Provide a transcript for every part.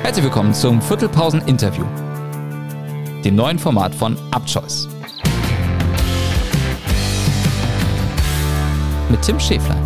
Herzlich willkommen zum Viertelpausen-Interview, dem neuen Format von UpChoice. Mit Tim Schäflein.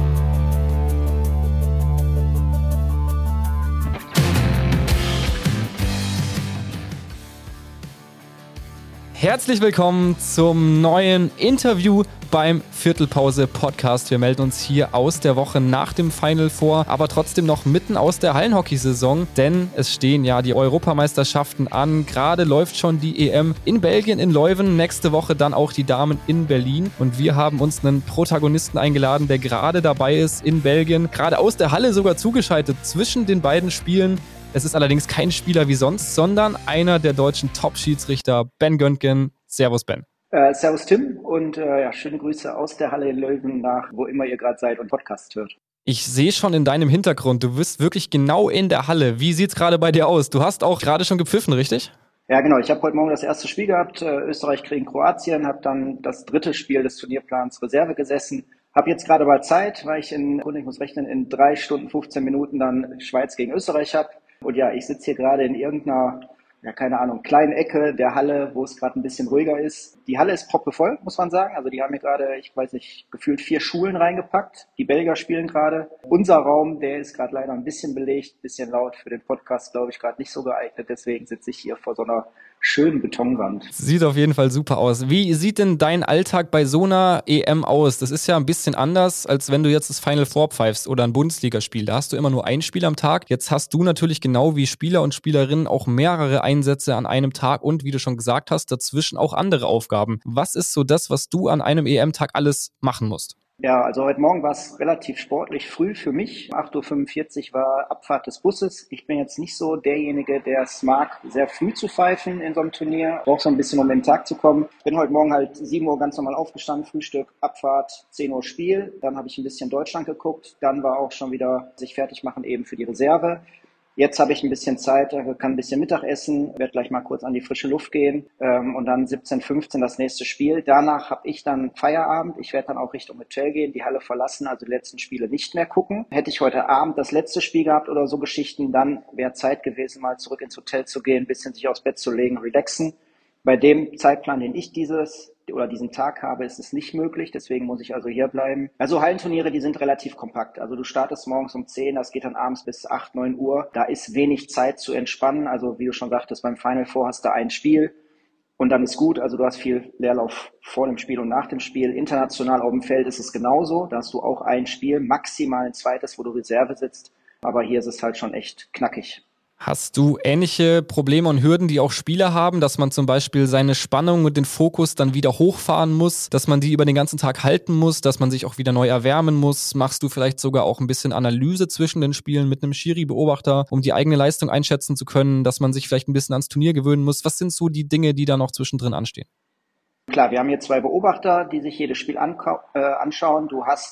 Herzlich willkommen zum neuen Interview beim Viertelpause-Podcast. Wir melden uns hier aus der Woche nach dem Final Four, aber trotzdem noch mitten aus der Hallenhockeysaison, denn es stehen ja die Europameisterschaften an. Gerade läuft schon die EM in Belgien, in Leuven, nächste Woche dann auch die Damen in Berlin. Und wir haben uns einen Protagonisten eingeladen, der gerade dabei ist in Belgien, gerade aus der Halle sogar zugeschaltet zwischen den beiden Spielen. Es ist allerdings kein Spieler wie sonst, sondern einer der deutschen Top-Schiedsrichter, Ben Göntgen. Servus, Ben. Servus, Tim, und schöne Grüße aus der Halle in Leuven nach wo immer ihr gerade seid und Podcast hört. Ich sehe schon in deinem Hintergrund, du bist wirklich genau in der Halle. Wie sieht's gerade bei dir aus? Du hast auch gerade schon gepfiffen, richtig? Ja, genau. Ich habe heute Morgen das erste Spiel gehabt, Österreich gegen Kroatien, habe dann das dritte Spiel des Turnierplans Reserve gesessen. Habe jetzt gerade mal Zeit, weil ich muss rechnen, in 3 Stunden 15 Minuten dann Schweiz gegen Österreich habe. Und ja, ich sitze hier gerade in irgendeiner, kleinen Ecke der Halle, wo es gerade ein bisschen ruhiger ist. Die Halle ist proppevoll, muss man sagen. Also die haben hier gerade, gefühlt 4 Schulen reingepackt. Die Belgier spielen gerade. Unser Raum, der ist gerade leider ein bisschen belegt, ein bisschen laut. Für den Podcast, glaube ich, gerade nicht so geeignet. Deswegen sitze ich hier vor so einer schönen Betonwand. Sieht auf jeden Fall super aus. Wie sieht denn dein Alltag bei so einer EM aus? Das ist ja ein bisschen anders, als wenn du jetzt das Final Four pfeifst oder ein Bundesligaspiel. Da hast du immer nur ein Spiel am Tag. Jetzt hast du natürlich genau wie Spieler und Spielerinnen auch mehrere Einsätze an einem Tag und, wie du schon gesagt hast, dazwischen auch andere Aufgaben. Was ist so das, was du an einem EM-Tag alles machen musst? Ja, also heute Morgen war es relativ sportlich früh für mich. 8:45 Uhr war Abfahrt des Busses. Ich bin jetzt nicht so derjenige, der es mag, sehr früh zu pfeifen in so einem Turnier. Brauche so ein bisschen, um in den Tag zu kommen. Bin heute Morgen halt 7 Uhr ganz normal aufgestanden, Frühstück, Abfahrt, 10 Uhr Spiel. Dann habe ich ein bisschen Deutschland geguckt. Dann war auch schon wieder sich fertig machen eben für die Reserve. Jetzt habe ich ein bisschen Zeit, kann ein bisschen Mittag essen, werde gleich mal kurz an die frische Luft gehen und dann 17:15 das nächste Spiel. Danach habe ich dann Feierabend. Ich werde dann auch Richtung Hotel gehen, die Halle verlassen, also die letzten Spiele nicht mehr gucken. Hätte ich heute Abend das letzte Spiel gehabt oder so Geschichten, dann wäre Zeit gewesen, mal zurück ins Hotel zu gehen, ein bisschen sich aufs Bett zu legen, relaxen. Bei dem Zeitplan, den ich diesen Tag habe, ist es nicht möglich, deswegen muss ich also hier bleiben. Also Hallenturniere, die sind relativ kompakt. Also du startest morgens um 10, das geht dann abends bis 8, 9 Uhr. Da ist wenig Zeit zu entspannen. Also wie du schon sagtest, beim Final Four hast du ein Spiel und dann ist gut. Also du hast viel Leerlauf vor dem Spiel und nach dem Spiel. International auf dem Feld ist es genauso. Da hast du auch ein Spiel, maximal ein zweites, wo du Reserve sitzt. Aber hier ist es halt schon echt knackig. Hast du ähnliche Probleme und Hürden, die auch Spieler haben, dass man zum Beispiel seine Spannung und den Fokus dann wieder hochfahren muss, dass man die über den ganzen Tag halten muss, dass man sich auch wieder neu erwärmen muss? Machst du vielleicht sogar auch ein bisschen Analyse zwischen den Spielen mit einem Schiri-Beobachter, um die eigene Leistung einschätzen zu können, dass man sich vielleicht ein bisschen ans Turnier gewöhnen muss? Was sind so die Dinge, die da noch zwischendrin anstehen? Klar, wir haben hier 2 Beobachter, die sich jedes Spiel anschauen.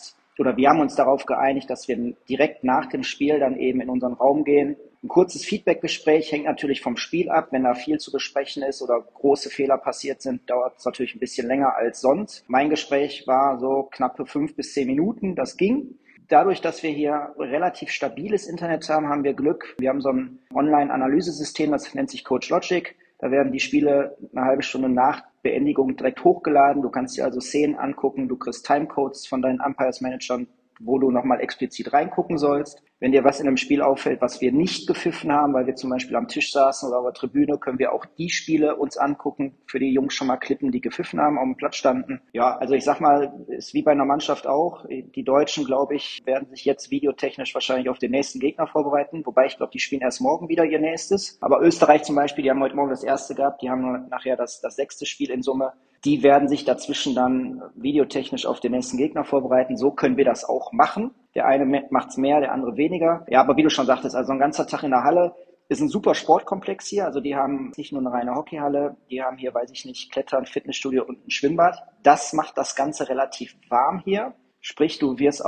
Wir haben uns darauf geeinigt, dass wir direkt nach dem Spiel dann eben in unseren Raum gehen. Ein kurzes Feedbackgespräch hängt natürlich vom Spiel ab. Wenn da viel zu besprechen ist oder große Fehler passiert sind, dauert es natürlich ein bisschen länger als sonst. Mein Gespräch war so knappe 5 bis 10 Minuten, das ging. Dadurch, dass wir hier relativ stabiles Internet haben, haben wir Glück. Wir haben so ein Online-Analysesystem, das nennt sich CoachLogic. Da werden die Spiele eine halbe Stunde nach Beendigung direkt hochgeladen. Du kannst dir also Szenen angucken, du kriegst Timecodes von deinen Umpires-Managern, wo du nochmal explizit reingucken sollst. Wenn dir was in einem Spiel auffällt, was wir nicht gepfiffen haben, weil wir zum Beispiel am Tisch saßen oder auf der Tribüne, können wir auch die Spiele uns angucken, für die Jungs schon mal klippen, die gepfiffen haben, auf dem Platz standen. Ja, also ich sag mal, ist wie bei einer Mannschaft auch. Die Deutschen, glaube ich, werden sich jetzt videotechnisch wahrscheinlich auf den nächsten Gegner vorbereiten, wobei ich glaube, die spielen erst morgen wieder ihr nächstes. Aber Österreich zum Beispiel, die haben heute Morgen das erste gehabt, die haben nachher das 6. Spiel in Summe. Die werden sich dazwischen dann videotechnisch auf den nächsten Gegner vorbereiten. So können wir das auch machen. Der eine macht's mehr, der andere weniger. Ja, aber wie du schon sagtest, also ein ganzer Tag in der Halle ist ein super Sportkomplex hier. Also die haben nicht nur eine reine Hockeyhalle, die haben hier, Klettern, Fitnessstudio und ein Schwimmbad. Das macht das Ganze relativ warm hier. Sprich, du wirst auch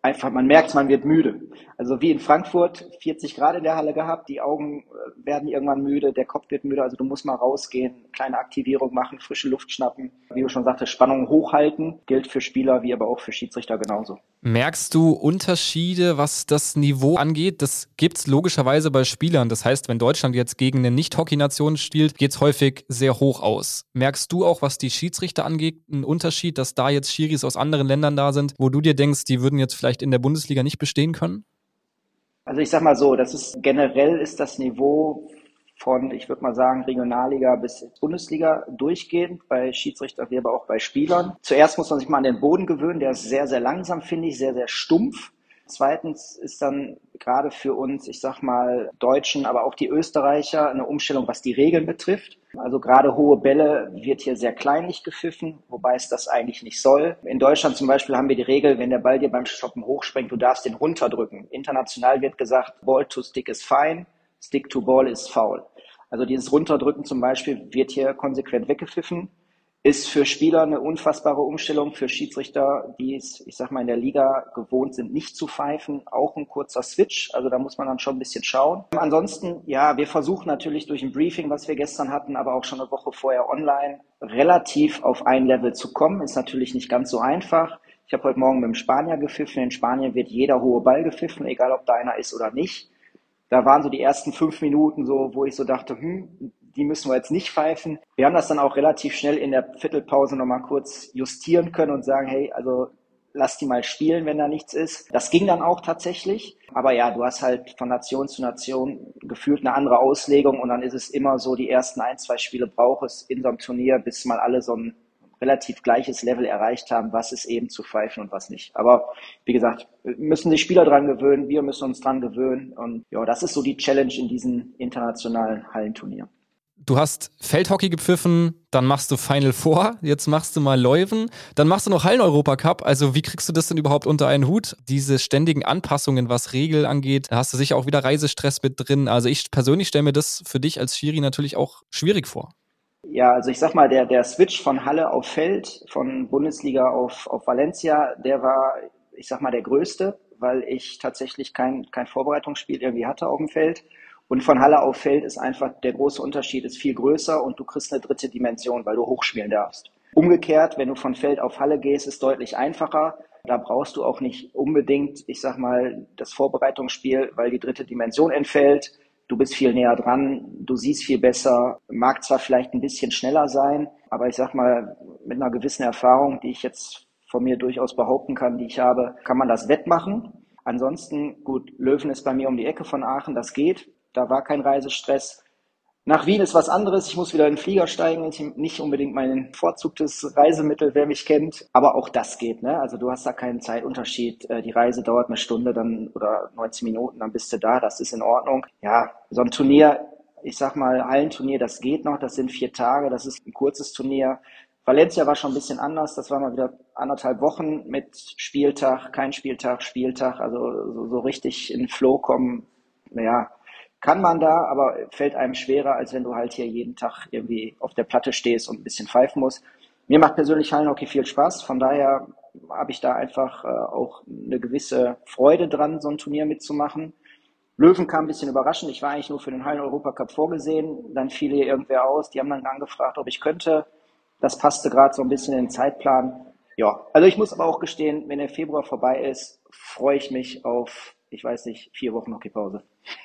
einfach, man merkt, man wird müde. Also wie in Frankfurt, 40 Grad in der Halle gehabt, die Augen werden irgendwann müde, der Kopf wird müde, also du musst mal rausgehen, kleine Aktivierung machen, frische Luft schnappen. Wie du schon sagtest, Spannung hochhalten, gilt für Spieler wie aber auch für Schiedsrichter genauso. Merkst du Unterschiede, was das Niveau angeht? Das gibt's logischerweise bei Spielern. Das heißt, wenn Deutschland jetzt gegen eine Nicht-Hockey-Nation spielt, geht's häufig sehr hoch aus. Merkst du auch, was die Schiedsrichter angeht, einen Unterschied, dass da jetzt Schiris aus anderen Ländern da sind, wo du dir denkst, die würden jetzt vielleicht in der Bundesliga nicht bestehen können? Also ich sag mal so, generell ist das Niveau von, ich würde mal sagen, Regionalliga bis Bundesliga durchgehend, bei Schiedsrichtern wie aber auch bei Spielern. Zuerst muss man sich mal an den Boden gewöhnen, der ist sehr, sehr langsam, finde ich, sehr, sehr stumpf. Zweitens ist dann gerade für uns, ich sag mal, Deutschen, aber auch die Österreicher eine Umstellung, was die Regeln betrifft. Also gerade hohe Bälle wird hier sehr kleinlich gepfiffen, wobei es das eigentlich nicht soll. In Deutschland zum Beispiel haben wir die Regel, wenn der Ball dir beim Stoppen hochspringt, du darfst den runterdrücken. International wird gesagt, Ball to stick is fine, stick to ball is foul. Also dieses Runterdrücken zum Beispiel wird hier konsequent weggepfiffen. Ist für Spieler eine unfassbare Umstellung, für Schiedsrichter, die es, ich sag mal, in der Liga gewohnt sind, nicht zu pfeifen, auch ein kurzer Switch. Also da muss man dann schon ein bisschen schauen. Ansonsten, ja, wir versuchen natürlich durch ein Briefing, was wir gestern hatten, aber auch schon eine Woche vorher online, relativ auf ein Level zu kommen. Ist natürlich nicht ganz so einfach. Ich habe heute Morgen mit dem Spanier gepfiffen. In Spanien wird jeder hohe Ball gepfiffen, egal ob da einer ist oder nicht. Da waren so die ersten 5 Minuten so, wo ich so dachte, die müssen wir jetzt nicht pfeifen. Wir haben das dann auch relativ schnell in der Viertelpause nochmal kurz justieren können und sagen, hey, also lass die mal spielen, wenn da nichts ist. Das ging dann auch tatsächlich. Aber ja, du hast halt von Nation zu Nation gefühlt eine andere Auslegung und dann ist es immer so, die ersten 1, 2 Spiele braucht es in so einem Turnier, bis mal alle so ein relativ gleiches Level erreicht haben, was ist eben zu pfeifen und was nicht. Aber wie gesagt, müssen sich Spieler dran gewöhnen, wir müssen uns dran gewöhnen und ja, das ist so die Challenge in diesen internationalen Hallenturnieren. Du hast Feldhockey gepfiffen, dann machst du Final Four, jetzt machst du mal Leuven, dann machst du noch Hallen-Europacup. Also wie kriegst du das denn überhaupt unter einen Hut? Diese ständigen Anpassungen, was Regel angeht, da hast du sicher auch wieder Reisestress mit drin. Also ich persönlich stelle mir das für dich als Schiri natürlich auch schwierig vor. Ja, also ich sag mal, der Switch von Halle auf Feld, von Bundesliga auf Valencia, der war, ich sag mal, der größte, weil ich tatsächlich kein Vorbereitungsspiel irgendwie hatte auf dem Feld. Und von Halle auf Feld ist einfach, der große Unterschied ist viel größer und du kriegst eine dritte Dimension, weil du hochspielen darfst. Umgekehrt, wenn du von Feld auf Halle gehst, ist deutlich einfacher. Da brauchst du auch nicht unbedingt, ich sag mal, das Vorbereitungsspiel, weil die dritte Dimension entfällt. Du bist viel näher dran, du siehst viel besser, mag zwar vielleicht ein bisschen schneller sein, aber ich sag mal, mit einer gewissen Erfahrung, die ich jetzt von mir durchaus behaupten kann, die ich habe, kann man das wettmachen. Ansonsten, gut, Löwen ist bei mir um die Ecke von Aachen, das geht. Da war kein Reisestress. Nach Wien ist was anderes. Ich muss wieder in den Flieger steigen. Nicht unbedingt mein bevorzugtes Reisemittel, wer mich kennt. Aber auch das geht, ne? Also du hast da keinen Zeitunterschied. Die Reise dauert eine Stunde dann oder 90 Minuten, dann bist du da. Das ist in Ordnung. Ja, so ein Turnier, ich sag mal, Hallenturnier, das geht noch. Das sind 4 Tage. Das ist ein kurzes Turnier. Valencia war schon ein bisschen anders. Das war mal wieder 1,5 Wochen mit Spieltag, kein Spieltag, Spieltag. Also so richtig in den Flow kommen, naja, kann man da, aber fällt einem schwerer, als wenn du halt hier jeden Tag irgendwie auf der Platte stehst und ein bisschen pfeifen musst. Mir macht persönlich Hallenhockey viel Spaß, von daher habe ich da einfach auch eine gewisse Freude dran, so ein Turnier mitzumachen. Löwen kam ein bisschen überraschend, ich war eigentlich nur für den Hallen-Europacup vorgesehen, dann fiel hier irgendwer aus, die haben dann angefragt, ob ich könnte. Das passte gerade so ein bisschen in den Zeitplan. Ja, also ich muss aber auch gestehen, wenn der Februar vorbei ist, freue ich mich auf, ich weiß nicht, 4 Wochen Hockeypause.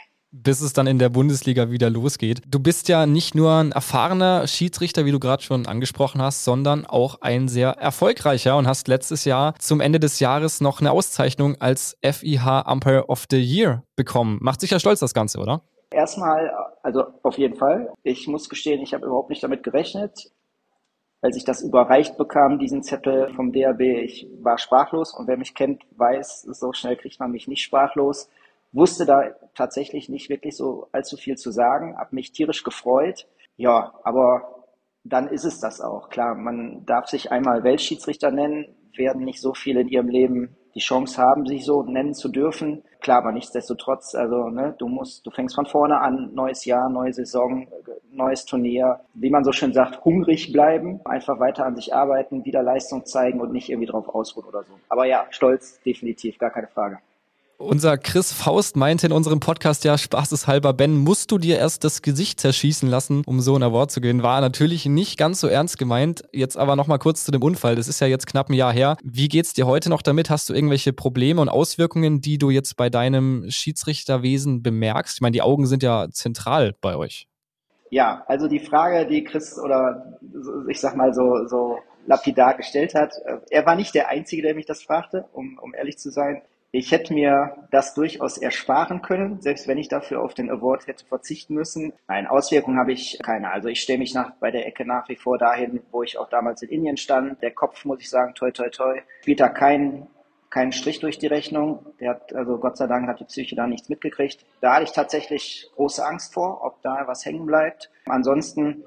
Bis es dann in der Bundesliga wieder losgeht. Du bist ja nicht nur ein erfahrener Schiedsrichter, wie du gerade schon angesprochen hast, sondern auch ein sehr erfolgreicher und hast letztes Jahr zum Ende des Jahres noch eine Auszeichnung als FIH Umpire of the Year bekommen. Macht sicher stolz das Ganze, oder? Erstmal, also auf jeden Fall. Ich muss gestehen, ich habe überhaupt nicht damit gerechnet. Als ich das überreicht bekam, diesen Zettel vom DAB, ich war sprachlos und wer mich kennt, weiß, so schnell kriegt man mich nicht sprachlos. Wusste da tatsächlich nicht wirklich so allzu viel zu sagen, habe mich tierisch gefreut. Ja, aber dann ist es das auch. Klar, man darf sich einmal Weltschiedsrichter nennen, werden nicht so viele in ihrem Leben die Chance haben, sich so nennen zu dürfen. Klar, aber nichtsdestotrotz, also ne, du fängst von vorne an, neues Jahr, neue Saison, neues Turnier. Wie man so schön sagt, hungrig bleiben, einfach weiter an sich arbeiten, wieder Leistung zeigen und nicht irgendwie drauf ausruhen oder so. Aber ja, stolz, definitiv, gar keine Frage. Unser Chris Faust meinte in unserem Podcast ja spaßeshalber, Ben, musst du dir erst das Gesicht zerschießen lassen, um so ein Award zu gewinnen. War natürlich nicht ganz so ernst gemeint. Jetzt aber nochmal kurz zu dem Unfall. Das ist ja jetzt knapp ein Jahr her. Wie geht's dir heute noch damit? Hast du irgendwelche Probleme und Auswirkungen, die du jetzt bei deinem Schiedsrichterwesen bemerkst? Ich meine, die Augen sind ja zentral bei euch. Ja, also die Frage, die Chris oder ich sag mal so lapidar gestellt hat, er war nicht der Einzige, der mich das fragte, um ehrlich zu sein. Ich hätte mir das durchaus ersparen können, selbst wenn ich dafür auf den Award hätte verzichten müssen. Nein, Auswirkungen habe ich keine. Also ich stelle mich bei der Ecke nach wie vor dahin, wo ich auch damals in Indien stand. Der Kopf, muss ich sagen, toi toi toi, spielt da keinen Strich durch die Rechnung. Also Gott sei Dank hat die Psyche da nichts mitgekriegt. Da hatte ich tatsächlich große Angst vor, ob da was hängen bleibt. Ansonsten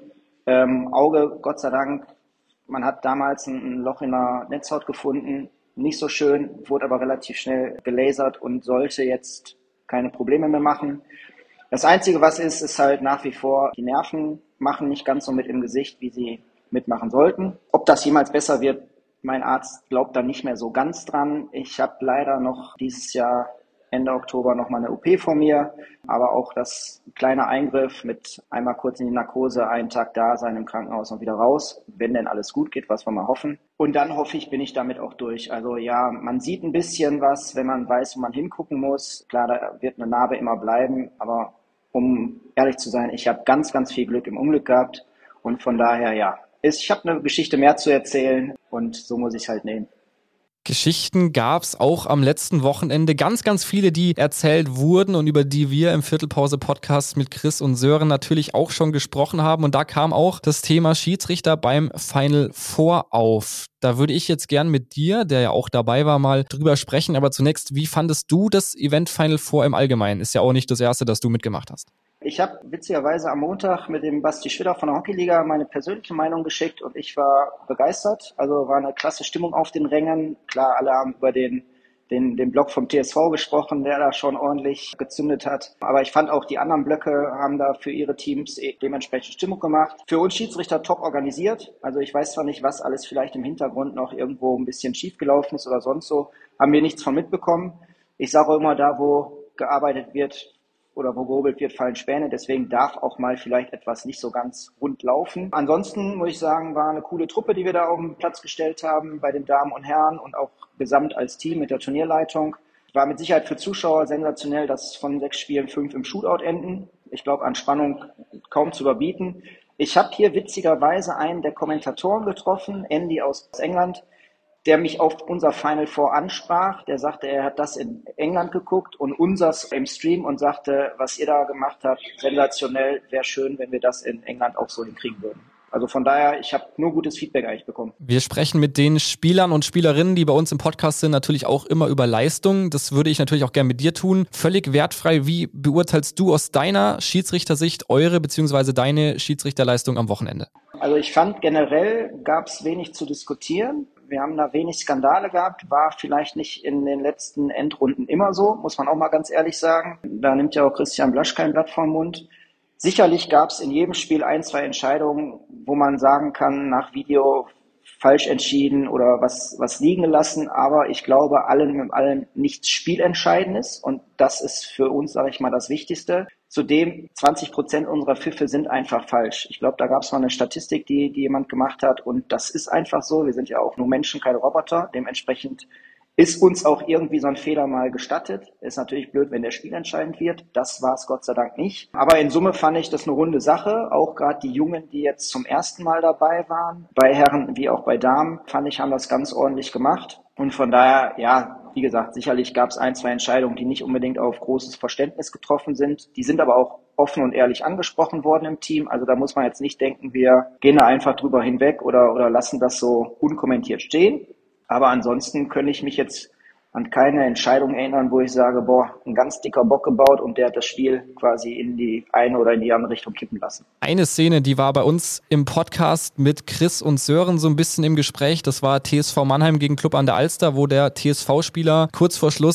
Auge, Gott sei Dank, man hat damals ein Loch in der Netzhaut gefunden. Nicht so schön, wurde aber relativ schnell gelasert und sollte jetzt keine Probleme mehr machen. Das Einzige, was ist halt nach wie vor, die Nerven machen nicht ganz so mit im Gesicht, wie sie mitmachen sollten. Ob das jemals besser wird, mein Arzt glaubt da nicht mehr so ganz dran. Ich habe leider noch dieses Jahr Ende Oktober nochmal eine OP vor mir, aber auch das kleine Eingriff mit einmal kurz in die Narkose, einen Tag da sein im Krankenhaus und wieder raus, wenn denn alles gut geht, was wir mal hoffen. Und dann hoffe ich, bin ich damit auch durch. Also ja, man sieht ein bisschen was, wenn man weiß, wo man hingucken muss. Klar, da wird eine Narbe immer bleiben, aber um ehrlich zu sein, ich habe ganz, ganz viel Glück im Unglück gehabt und von daher, ja, ich habe eine Geschichte mehr zu erzählen und so muss ich es halt nehmen. Geschichten gab's auch am letzten Wochenende. Ganz, ganz viele, die erzählt wurden und über die wir im Viertelpause-Podcast mit Chris und Sören natürlich auch schon gesprochen haben. Und da kam auch das Thema Schiedsrichter beim Final Four auf. Da würde ich jetzt gern mit dir, der ja auch dabei war, mal drüber sprechen. Aber zunächst, wie fandest du das Event Final Four im Allgemeinen? Ist ja auch nicht das erste, das du mitgemacht hast. Ich habe witzigerweise am Montag mit dem Basti Schwidder von der Hockeyliga meine persönliche Meinung geschickt und ich war begeistert. Also war eine klasse Stimmung auf den Rängen. Klar, alle haben über den Block vom TSV gesprochen, der da schon ordentlich gezündet hat. Aber ich fand auch, die anderen Blöcke haben da für ihre Teams dementsprechend Stimmung gemacht. Für uns Schiedsrichter top organisiert. Also ich weiß zwar nicht, was alles vielleicht im Hintergrund noch irgendwo ein bisschen schief gelaufen ist oder sonst so. Haben wir nichts von mitbekommen. Ich sage auch immer, da wo gearbeitet wird, oder wo gehobelt wird, fallen Späne. Deswegen darf auch mal vielleicht etwas nicht so ganz rund laufen. Ansonsten muss ich sagen, war eine coole Truppe, die wir da auf den Platz gestellt haben bei den Damen und Herren und auch gesamt als Team mit der Turnierleitung. War mit Sicherheit für Zuschauer sensationell, dass von 6 Spielen 5 im Shootout enden. Ich glaube, an Spannung kaum zu überbieten. Ich habe hier witzigerweise einen der Kommentatoren getroffen, Andy aus England, der mich auf unser Final Four ansprach. Der sagte, er hat das in England geguckt und unseres im Stream und sagte, was ihr da gemacht habt, sensationell, wäre schön, wenn wir das in England auch so hinkriegen würden. Also von daher, ich habe nur gutes Feedback eigentlich bekommen. Wir sprechen mit den Spielern und Spielerinnen, die bei uns im Podcast sind, natürlich auch immer über Leistung. Das würde ich natürlich auch gerne mit dir tun. Völlig wertfrei. Wie beurteilst du aus deiner Schiedsrichtersicht eure bzw. deine Schiedsrichterleistung am Wochenende? Also ich fand, generell gab es wenig zu diskutieren. Wir haben da wenig Skandale gehabt, war vielleicht nicht in den letzten Endrunden immer so, muss man auch mal ganz ehrlich sagen. Da nimmt ja auch Christian Blasch kein Blatt vom Mund. Sicherlich gab es in jedem Spiel 1, 2 Entscheidungen, wo man sagen kann, nach Video falsch entschieden oder was liegen gelassen. Aber ich glaube, allen mit allem nichts Spielentscheidendes. Und das ist für uns, sage ich mal, das Wichtigste. Zudem 20% unserer Pfiffe sind einfach falsch. Ich glaube, da gab es mal eine Statistik, die jemand gemacht hat. Und das ist einfach so. Wir sind ja auch nur Menschen, keine Roboter. Dementsprechend ist uns auch irgendwie so ein Fehler mal gestattet. Ist natürlich blöd, wenn der Spiel entscheidend wird. Das war es Gott sei Dank nicht. Aber in Summe fand ich das eine runde Sache. Auch gerade die Jungen, die jetzt zum ersten Mal dabei waren, bei Herren wie auch bei Damen, fand ich, haben das ganz ordentlich gemacht. Und von daher, ja, wie gesagt, sicherlich gab es 1, 2 Entscheidungen, die nicht unbedingt auf großes Verständnis getroffen sind. Die sind aber auch offen und ehrlich angesprochen worden im Team. Also da muss man jetzt nicht denken, wir gehen da einfach drüber hinweg oder lassen das so unkommentiert stehen. Aber ansonsten könnte ich mich jetzt an keine Entscheidung erinnern, wo ich sage, boah, ein ganz dicker Bock gebaut und der hat das Spiel quasi in die eine oder in die andere Richtung kippen lassen. Eine Szene, die war bei uns im Podcast mit Chris und Sören so ein bisschen im Gespräch. Das war TSV Mannheim gegen Club an der Alster, wo der TSV-Spieler kurz vor Schluss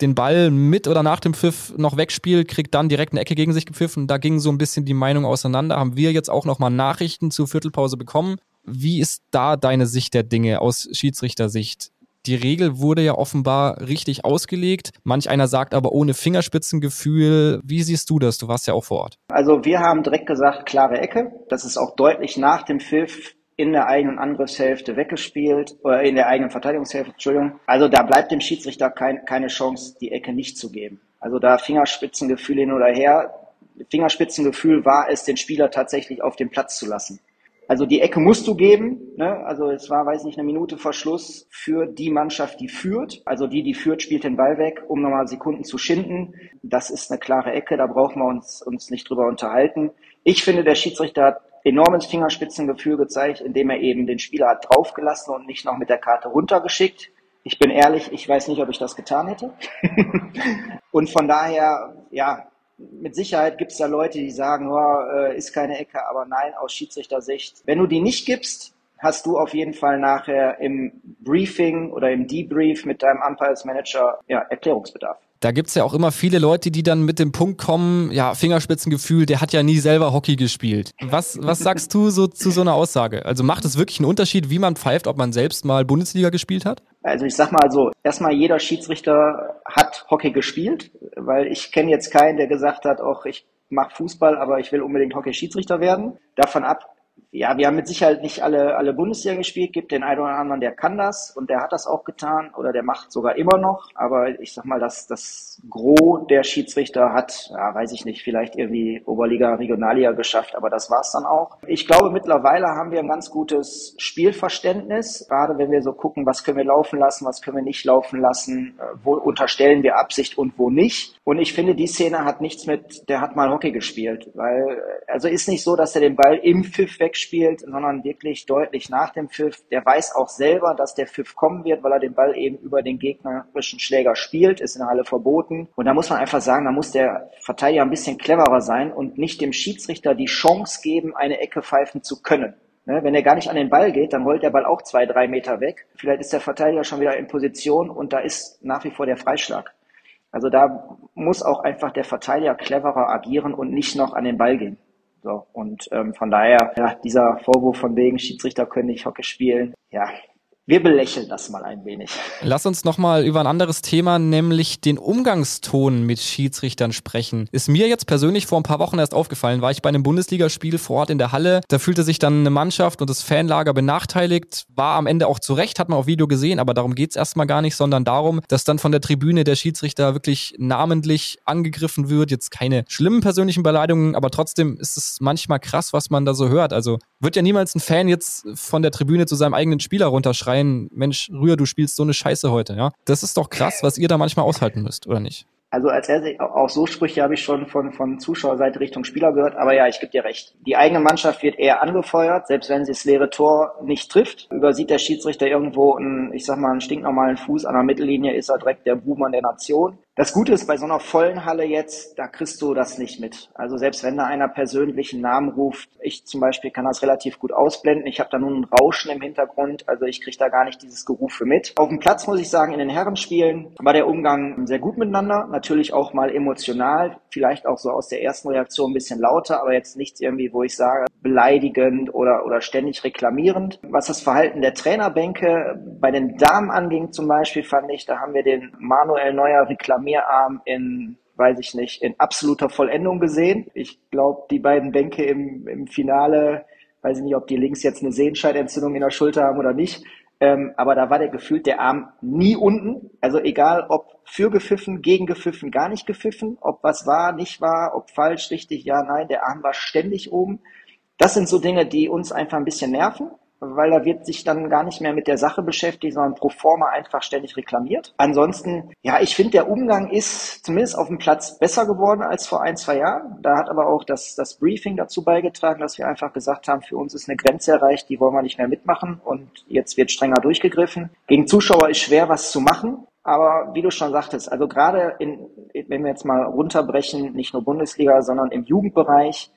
den Ball mit oder nach dem Pfiff noch wegspielt, kriegt dann direkt eine Ecke gegen sich gepfiffen. Da ging so ein bisschen die Meinung auseinander. Haben wir jetzt auch nochmal Nachrichten zur Viertelpause bekommen. Wie ist da deine Sicht der Dinge aus Schiedsrichtersicht? Die Regel wurde ja offenbar richtig ausgelegt. Manch einer sagt aber ohne Fingerspitzengefühl. Wie siehst du das? Du warst ja auch vor Ort. Also wir haben direkt gesagt, klare Ecke. Das ist auch deutlich nach dem Pfiff in der eigenen Angriffshälfte weggespielt oder in der eigenen Verteidigungshälfte, Entschuldigung. Also da bleibt dem Schiedsrichter keine Chance, die Ecke nicht zu geben. Also da Fingerspitzengefühl hin oder her. Fingerspitzengefühl war es, den Spieler tatsächlich auf den Platz zu lassen. Also die Ecke musst du geben, ne? Also es war, weiß nicht, eine Minute vor Schluss für die Mannschaft, die führt. Also die führt, spielt den Ball weg, um nochmal Sekunden zu schinden. Das ist eine klare Ecke, da brauchen wir uns nicht drüber unterhalten. Ich finde, der Schiedsrichter hat enormes Fingerspitzengefühl gezeigt, indem er eben den Spieler hat draufgelassen und nicht noch mit der Karte runtergeschickt. Ich bin ehrlich, ich weiß nicht, ob ich das getan hätte. Und von daher, ja, mit Sicherheit gibt es da Leute, die sagen, ist keine Ecke, aber nein, aus Schiedsrichtersicht. Wenn du die nicht gibst, hast du auf jeden Fall nachher im Briefing oder im Debrief mit deinem Umpires Manager Erklärungsbedarf. Da gibt's ja auch immer viele Leute, die dann mit dem Punkt kommen, ja, Fingerspitzengefühl, der hat ja nie selber Hockey gespielt. Was sagst du so zu so einer Aussage? Also macht es wirklich einen Unterschied, wie man pfeift, ob man selbst mal Bundesliga gespielt hat? Also ich sag mal so, erstmal jeder Schiedsrichter hat Hockey gespielt, weil ich kenne jetzt keinen, der gesagt hat, ich mache Fußball, aber ich will unbedingt Hockey-Schiedsrichter werden. Davon ab, ja, wir haben mit Sicherheit nicht alle Bundesliga gespielt, gibt den einen oder anderen, der kann das und der hat das auch getan oder der macht sogar immer noch, aber ich sag mal, das Gros der Schiedsrichter hat, ja, weiß ich nicht, vielleicht irgendwie Oberliga, Regionalliga geschafft, aber das war's dann auch. Ich glaube, mittlerweile haben wir ein ganz gutes Spielverständnis, gerade wenn wir so gucken, was können wir laufen lassen, was können wir nicht laufen lassen, wo unterstellen wir Absicht und wo nicht. Und ich finde, die Szene hat nichts mit, der hat mal Hockey gespielt, weil, also ist nicht so, dass er den Ball im Pfiff wegspielt, sondern wirklich deutlich nach dem Pfiff. Der weiß auch selber, dass der Pfiff kommen wird, weil er den Ball eben über den gegnerischen Schläger spielt, ist in der Halle verboten. Und da muss man einfach sagen, da muss der Verteidiger ein bisschen cleverer sein und nicht dem Schiedsrichter die Chance geben, eine Ecke pfeifen zu können. Wenn er gar nicht an den Ball geht, dann rollt der Ball auch 2-3 Meter weg. Vielleicht ist der Verteidiger schon wieder in Position und da ist nach wie vor der Freischlag. Also da muss auch einfach der Verteidiger cleverer agieren und nicht noch an den Ball gehen. So, und von daher, ja, dieser Vorwurf von wegen Schiedsrichter können nicht Hockey spielen, ja, wir belächeln das mal ein wenig. Lass uns nochmal über ein anderes Thema, nämlich den Umgangston mit Schiedsrichtern sprechen. Ist mir jetzt persönlich vor ein paar Wochen erst aufgefallen, war ich bei einem Bundesligaspiel vor Ort in der Halle. Da fühlte sich dann eine Mannschaft und das Fanlager benachteiligt. War am Ende auch zu Recht, hat man auf Video gesehen, aber darum geht's erstmal gar nicht, sondern darum, dass dann von der Tribüne der Schiedsrichter wirklich namentlich angegriffen wird. Jetzt keine schlimmen persönlichen Beleidigungen, aber trotzdem ist es manchmal krass, was man da so hört. Also wird ja niemals ein Fan jetzt von der Tribüne zu seinem eigenen Spieler runterschreien, Mensch, Rühr, du spielst so eine Scheiße heute, ja. Das ist doch krass, was ihr da manchmal aushalten müsst, oder nicht? Also als erstes, auch so Sprüche habe ich schon von Zuschauerseite Richtung Spieler gehört, aber ja, ich gebe dir recht. Die eigene Mannschaft wird eher angefeuert, selbst wenn sie das leere Tor nicht trifft. Übersieht der Schiedsrichter irgendwo einen stinknormalen Fuß an der Mittellinie, ist er direkt der Buhmann der Nation. Das Gute ist, bei so einer vollen Halle jetzt, da kriegst du das nicht mit. Also selbst wenn da einer persönlichen Namen ruft, ich zum Beispiel kann das relativ gut ausblenden. Ich habe da nur ein Rauschen im Hintergrund, also ich kriege da gar nicht dieses Gerufe mit. Auf dem Platz muss ich sagen, in den Herrenspielen war der Umgang sehr gut miteinander. Natürlich auch mal emotional, vielleicht auch so aus der ersten Reaktion ein bisschen lauter, aber jetzt nichts irgendwie, wo ich sage, beleidigend oder ständig reklamierend. Was das Verhalten der Trainerbänke bei den Damen anging zum Beispiel, fand ich, da haben wir den Manuel Neuer Reklamierarm in absoluter Vollendung gesehen. Ich glaube, die beiden Bänke im Finale, weiß ich nicht, ob die links jetzt eine Sehenscheidentzündung in der Schulter haben oder nicht, aber da war gefühlt der Arm nie unten. Also egal, ob für gepfiffen, gegen gepfiffen, gar nicht gepfiffen, ob was war, nicht war, ob falsch, richtig, ja, nein, der Arm war ständig oben. Das sind so Dinge, die uns einfach ein bisschen nerven, weil da wird sich dann gar nicht mehr mit der Sache beschäftigt, sondern pro forma einfach ständig reklamiert. Ansonsten, ja, ich finde, der Umgang ist zumindest auf dem Platz besser geworden als vor 1-2 Jahren. Da hat aber auch das Briefing dazu beigetragen, dass wir einfach gesagt haben, für uns ist eine Grenze erreicht, die wollen wir nicht mehr mitmachen und jetzt wird strenger durchgegriffen. Gegen Zuschauer ist schwer, was zu machen. Aber wie du schon sagtest, also gerade wenn wir jetzt mal runterbrechen, nicht nur Bundesliga, sondern im Jugendbereich,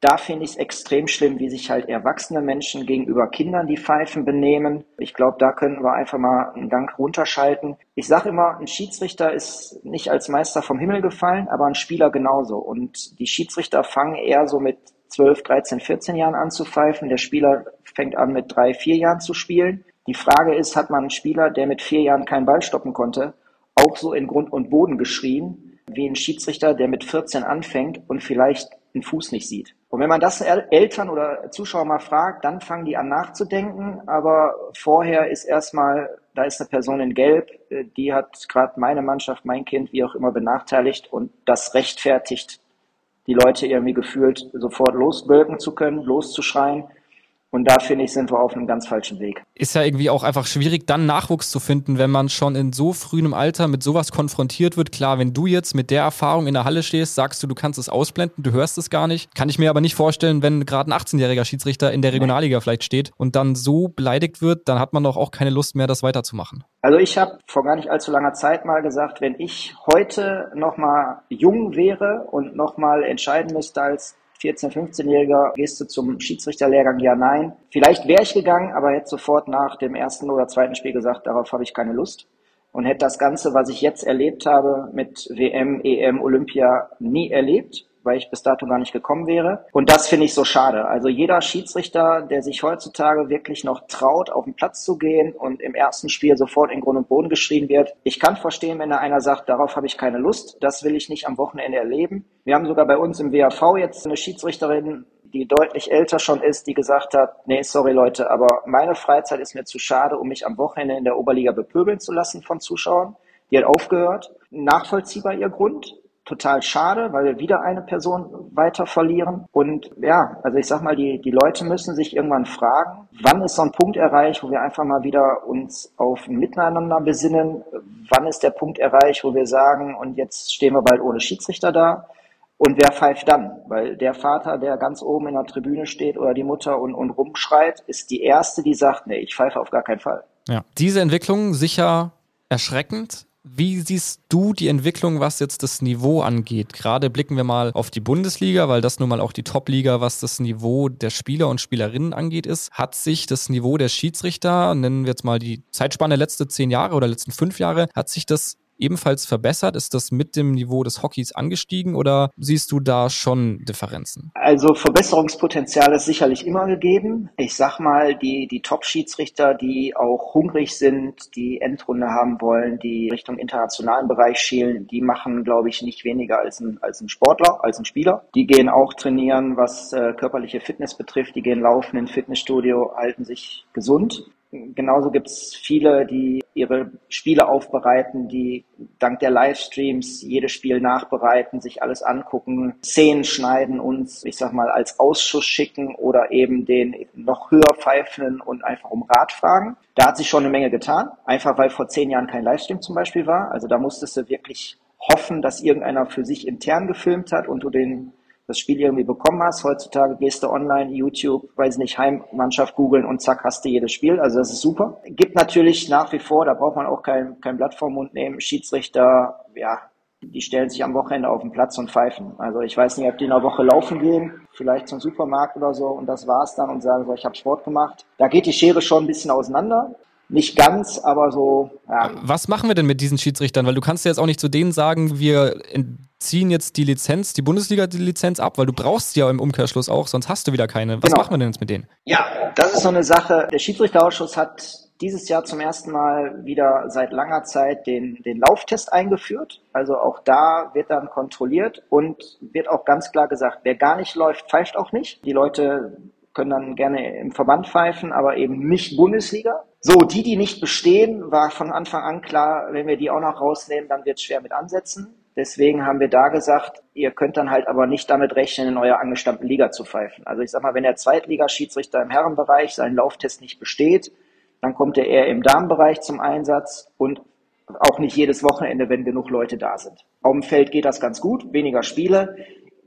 Da finde ich es extrem schlimm, wie sich halt erwachsene Menschen gegenüber Kindern, die pfeifen, benehmen. Ich glaube, da könnten wir einfach mal einen Gang runterschalten. Ich sage immer, ein Schiedsrichter ist nicht als Meister vom Himmel gefallen, aber ein Spieler genauso. Und die Schiedsrichter fangen eher so mit 12, 13, 14 Jahren an zu pfeifen. Der Spieler fängt an mit 3, 4 Jahren zu spielen. Die Frage ist, hat man einen Spieler, der mit 4 Jahren keinen Ball stoppen konnte, auch so in Grund und Boden geschrien, wie ein Schiedsrichter, der mit 14 anfängt und vielleicht einen Fuß nicht sieht. Und wenn man das Eltern oder Zuschauer mal fragt, dann fangen die an nachzudenken. Aber vorher ist erstmal, da ist eine Person in Gelb, die hat gerade meine Mannschaft, mein Kind, wie auch immer benachteiligt. Und das rechtfertigt die Leute irgendwie gefühlt, sofort losbölken zu können, loszuschreien. Und da, finde ich, sind wir auf einem ganz falschen Weg. Ist ja irgendwie auch einfach schwierig, dann Nachwuchs zu finden, wenn man schon in so frühem Alter mit sowas konfrontiert wird. Klar, wenn du jetzt mit der Erfahrung in der Halle stehst, sagst du kannst es ausblenden, du hörst es gar nicht. Kann ich mir aber nicht vorstellen, wenn gerade ein 18-jähriger Schiedsrichter in der Regionalliga vielleicht steht und dann so beleidigt wird, dann hat man doch auch keine Lust mehr, das weiterzumachen. Also ich habe vor gar nicht allzu langer Zeit mal gesagt, wenn ich heute nochmal jung wäre und nochmal entscheiden müsste als 14-, 15-Jähriger, gehst du zum Schiedsrichterlehrgang? Ja, nein. Vielleicht wäre ich gegangen, aber hätte sofort nach dem ersten oder zweiten Spiel gesagt, darauf habe ich keine Lust. Und hätte das Ganze, was ich jetzt erlebt habe, mit WM, EM, Olympia nie erlebt, weil ich bis dato gar nicht gekommen wäre. Und das finde ich so schade. Also jeder Schiedsrichter, der sich heutzutage wirklich noch traut, auf den Platz zu gehen und im ersten Spiel sofort in Grund und Boden geschrien wird. Ich kann verstehen, wenn da einer sagt, darauf habe ich keine Lust, das will ich nicht am Wochenende erleben. Wir haben sogar bei uns im WAV jetzt eine Schiedsrichterin, die deutlich älter schon ist, die gesagt hat, nee, sorry Leute, aber meine Freizeit ist mir zu schade, um mich am Wochenende in der Oberliga bepöbeln zu lassen von Zuschauern. Die hat aufgehört. Nachvollziehbar ihr Grund. Total schade, weil wir wieder eine Person weiter verlieren. Und ja, also ich sag mal, die Leute müssen sich irgendwann fragen, wann ist so ein Punkt erreicht, wo wir einfach mal wieder uns auf ein Miteinander besinnen? Wann ist der Punkt erreicht, wo wir sagen, und jetzt stehen wir bald ohne Schiedsrichter da? Und wer pfeift dann? Weil der Vater, der ganz oben in der Tribüne steht oder die Mutter und rumschreit, ist die Erste, die sagt, nee, ich pfeife auf gar keinen Fall. Ja, diese Entwicklung sicher erschreckend. Wie siehst du die Entwicklung, was jetzt das Niveau angeht? Gerade blicken wir mal auf die Bundesliga, weil das nun mal auch die Top-Liga, was das Niveau der Spieler und Spielerinnen angeht, ist. Hat sich das Niveau der Schiedsrichter, nennen wir jetzt mal die Zeitspanne letzte 10 Jahre oder letzten 5 Jahre, hat sich das ebenfalls verbessert? Ist das mit dem Niveau des Hockeys angestiegen oder siehst du da schon Differenzen? Also Verbesserungspotenzial ist sicherlich immer gegeben. Ich sag mal, die Top-Schiedsrichter, die auch hungrig sind, die Endrunde haben wollen, die Richtung internationalen Bereich schielen, die machen, glaube ich, nicht weniger als ein Sportler, als ein Spieler. Die gehen auch trainieren, was körperliche Fitness betrifft. Die gehen laufen ins Fitnessstudio, halten sich gesund. Genauso gibt es viele, die ihre Spiele aufbereiten, die dank der Livestreams jedes Spiel nachbereiten, sich alles angucken, Szenen schneiden, uns, ich sag mal, als Ausschuss schicken oder eben den noch höher pfeifenden und einfach um Rat fragen. Da hat sich schon eine Menge getan, einfach weil vor 10 Jahren kein Livestream zum Beispiel war. Also da musstest du wirklich hoffen, dass irgendeiner für sich intern gefilmt hat und du das Spiel irgendwie bekommen hast. Heutzutage gehst du online, YouTube, weiß nicht, Heimmannschaft googeln und zack, hast du jedes Spiel. Also das ist super. Gibt natürlich nach wie vor, da braucht man auch kein Blatt vor den Mund nehmen, Schiedsrichter, ja, die stellen sich am Wochenende auf den Platz und pfeifen. Also ich weiß nicht, ob die in der Woche laufen gehen, vielleicht zum Supermarkt oder so und das war's dann und sagen so, ich habe Sport gemacht. Da geht die Schere schon ein bisschen auseinander. Nicht ganz, aber so, ja. Was machen wir denn mit diesen Schiedsrichtern? Weil du kannst ja jetzt auch nicht zu denen sagen, wir ziehen jetzt die Lizenz, die Bundesliga die Lizenz ab, weil du brauchst sie ja im Umkehrschluss auch, sonst hast du wieder keine. Was machen wir denn jetzt mit denen? Ja, das ist so eine Sache. Der Schiedsrichterausschuss hat dieses Jahr zum ersten Mal wieder seit langer Zeit den Lauftest eingeführt. Also auch da wird dann kontrolliert und wird auch ganz klar gesagt, wer gar nicht läuft, pfeift auch nicht. Die Leute können dann gerne im Verband pfeifen, aber eben nicht Bundesliga. So, die nicht bestehen, war von Anfang an klar, wenn wir die auch noch rausnehmen, dann wird es schwer mit ansetzen. Deswegen haben wir da gesagt, ihr könnt dann halt aber nicht damit rechnen, in eurer angestammten Liga zu pfeifen. Also ich sag mal, wenn der Zweitligaschiedsrichter im Herrenbereich seinen Lauftest nicht besteht, dann kommt er eher im Damenbereich zum Einsatz und auch nicht jedes Wochenende, wenn genug Leute da sind. Auf dem Feld geht das ganz gut, weniger Spiele.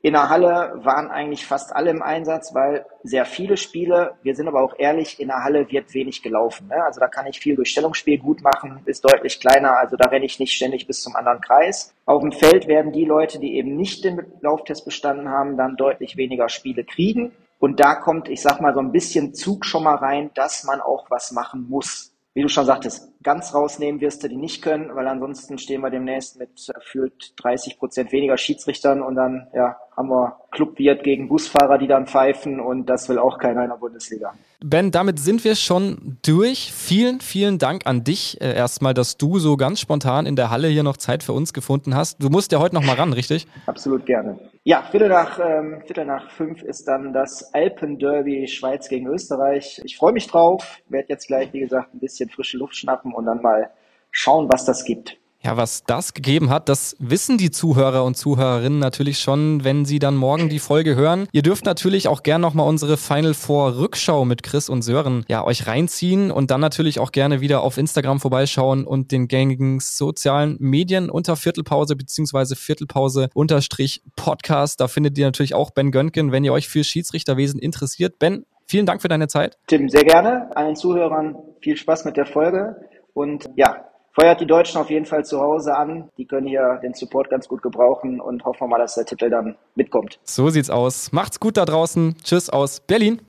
In der Halle waren eigentlich fast alle im Einsatz, weil sehr viele Spiele, wir sind aber auch ehrlich, in der Halle wird wenig gelaufen. Ne? Also da kann ich viel durch Stellungsspiel gut machen, ist deutlich kleiner, also da renne ich nicht ständig bis zum anderen Kreis. Auf dem Feld werden die Leute, die eben nicht den Lauftest bestanden haben, dann deutlich weniger Spiele kriegen. Und da kommt, ich sag mal, so ein bisschen Zug schon mal rein, dass man auch was machen muss. Wie du schon sagtest, ganz rausnehmen wirst du die nicht können, weil ansonsten stehen wir demnächst mit gefühlt 30% weniger Schiedsrichtern und dann haben wir Clubwirt gegen Busfahrer, die dann pfeifen und das will auch keiner in der Bundesliga. Ben, damit sind wir schon durch. Vielen, vielen Dank an dich erstmal, dass du so ganz spontan in der Halle hier noch Zeit für uns gefunden hast. Du musst ja heute noch mal ran, richtig? Absolut gerne. Ja, Viertel nach 5 ist dann das Alpenderby Schweiz gegen Österreich. Ich freue mich drauf, werde jetzt gleich, wie gesagt, ein bisschen frische Luft schnappen und dann mal schauen, was das gibt. Ja, was das gegeben hat, das wissen die Zuhörer und Zuhörerinnen natürlich schon, wenn sie dann morgen die Folge hören. Ihr dürft natürlich auch gerne nochmal unsere Final Four Rückschau mit Chris und Sören euch reinziehen und dann natürlich auch gerne wieder auf Instagram vorbeischauen und den gängigen sozialen Medien unter Viertelpause bzw. Viertelpause_Podcast. Da findet ihr natürlich auch Ben Gönngen, wenn ihr euch für Schiedsrichterwesen interessiert. Ben, vielen Dank für deine Zeit. Tim, sehr gerne. Allen Zuhörern viel Spaß mit der Folge und feuert die Deutschen auf jeden Fall zu Hause an. Die können hier den Support ganz gut gebrauchen und hoffen wir mal, dass der Titel dann mitkommt. So sieht's aus. Macht's gut da draußen. Tschüss aus Berlin.